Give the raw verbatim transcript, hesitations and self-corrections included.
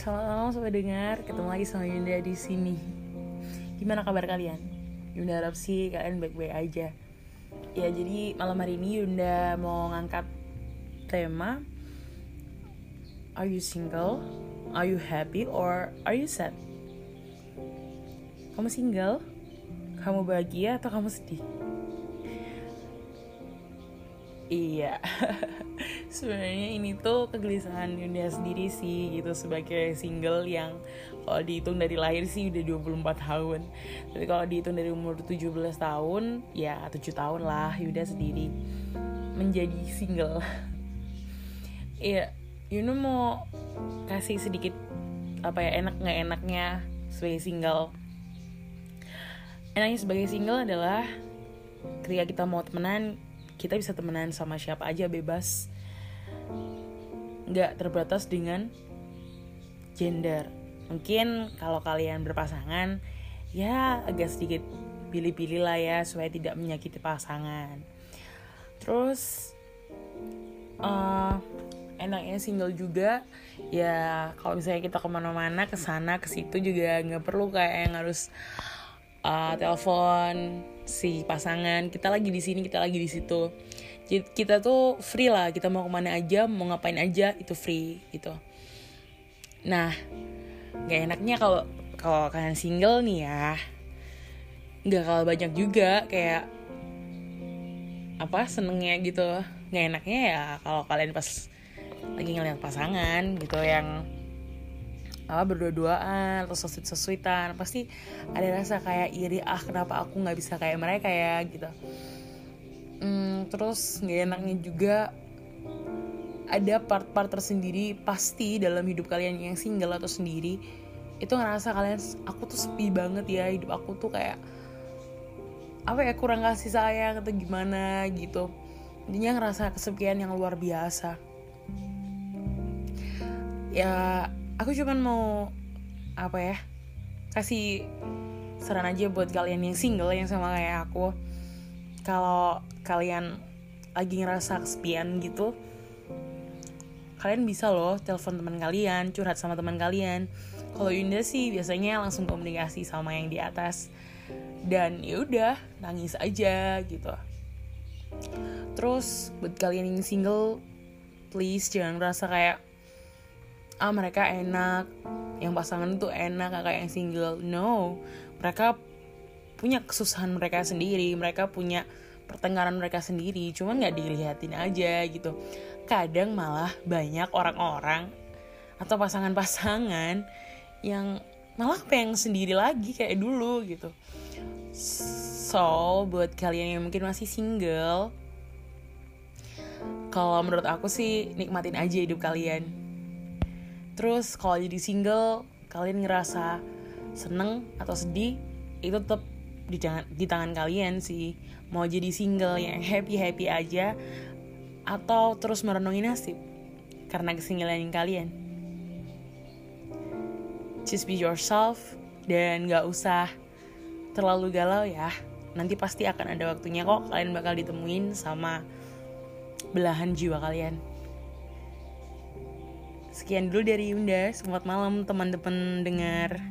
Selamat malam sobat dengar, ketemu lagi sama Yunda di sini. Gimana kabar kalian? Yunda harap sih kalian baik-baik aja. Ya, jadi malam hari ini Yunda mau ngangkat tema Are you single? Are you happy? Or are you sad? Kamu single? Kamu bahagia atau kamu sedih? Iya. Sebenarnya ini tuh kegelisahan Yunda sendiri sih gitu, sebagai single yang kalau dihitung dari lahir sih udah dua puluh empat tahun. Tapi kalau dihitung dari umur tujuh belas tahun, ya tujuh tahun lah Yunda sendiri menjadi single. Iya, Yunda mau kasih sedikit apa ya, enak nggak enaknya sebagai single. Enaknya sebagai single adalah ketika kita mau temenan, kita bisa temenan sama siapa aja, bebas, nggak terbatas dengan gender. Mungkin kalau kalian berpasangan, ya agak sedikit pilih-pilih lah ya, supaya tidak menyakiti pasangan. Terus uh, enaknya single juga, ya kalau misalnya kita kemana-mana, kesana kesitu juga nggak perlu kayak yang harus uh, telepon si pasangan, kita lagi di sini, kita lagi di situ. Jadi kita tuh free lah, kita mau kemana aja, mau ngapain aja itu free gitu. Nah, nggak enaknya kalau kalau kalian single nih ya, nggak kalah banyak juga kayak apa senengnya gitu. Nggak enaknya ya kalau kalian pas lagi ngeliat pasangan gitu yang apa berdua-duaan atau sesuit-sesuitan, pasti ada rasa kayak iri, ah kenapa aku nggak bisa kayak mereka ya gitu. Hmm, terus nggak enaknya juga ada part-part tersendiri pasti dalam hidup kalian yang single atau sendiri, itu ngerasa kalian, aku tuh sepi banget ya, hidup aku tuh kayak apa ya, kurang kasih sayang atau gimana gitu. Jadinya ngerasa kesepian yang luar biasa. Ya aku cuman mau apa ya, kasih saran aja buat kalian yang single yang sama kayak aku. Kalau kalian lagi ngerasa kesepian gitu, kalian bisa loh telepon teman kalian, curhat sama teman kalian. Kalau Yunda sih biasanya langsung komunikasi sama yang di atas, dan ya udah nangis aja gitu. Terus buat kalian yang single, please jangan ngerasa kayak ah mereka enak, yang pasangan tuh enak kayak yang single. No, mereka punya kesusahan mereka sendiri, mereka punya pertengkaran mereka sendiri, cuman nggak dilihatin aja gitu. Kadang malah banyak orang-orang atau pasangan-pasangan yang malah pengen sendiri lagi kayak dulu gitu. So buat kalian yang mungkin masih single, kalau menurut aku sih nikmatin aja hidup kalian. Terus kalau jadi single, kalian ngerasa seneng atau sedih, itu tetap di tangan, di tangan kalian sih. Mau jadi single yang happy-happy aja, atau terus merenungi nasib karena kesinggalan kalian. Just be yourself, dan gak usah terlalu galau ya. Nanti pasti akan ada waktunya kok, kalian bakal ditemuin sama belahan jiwa kalian. Sekian dulu dari Yunda. Selamat malam teman-teman dengar.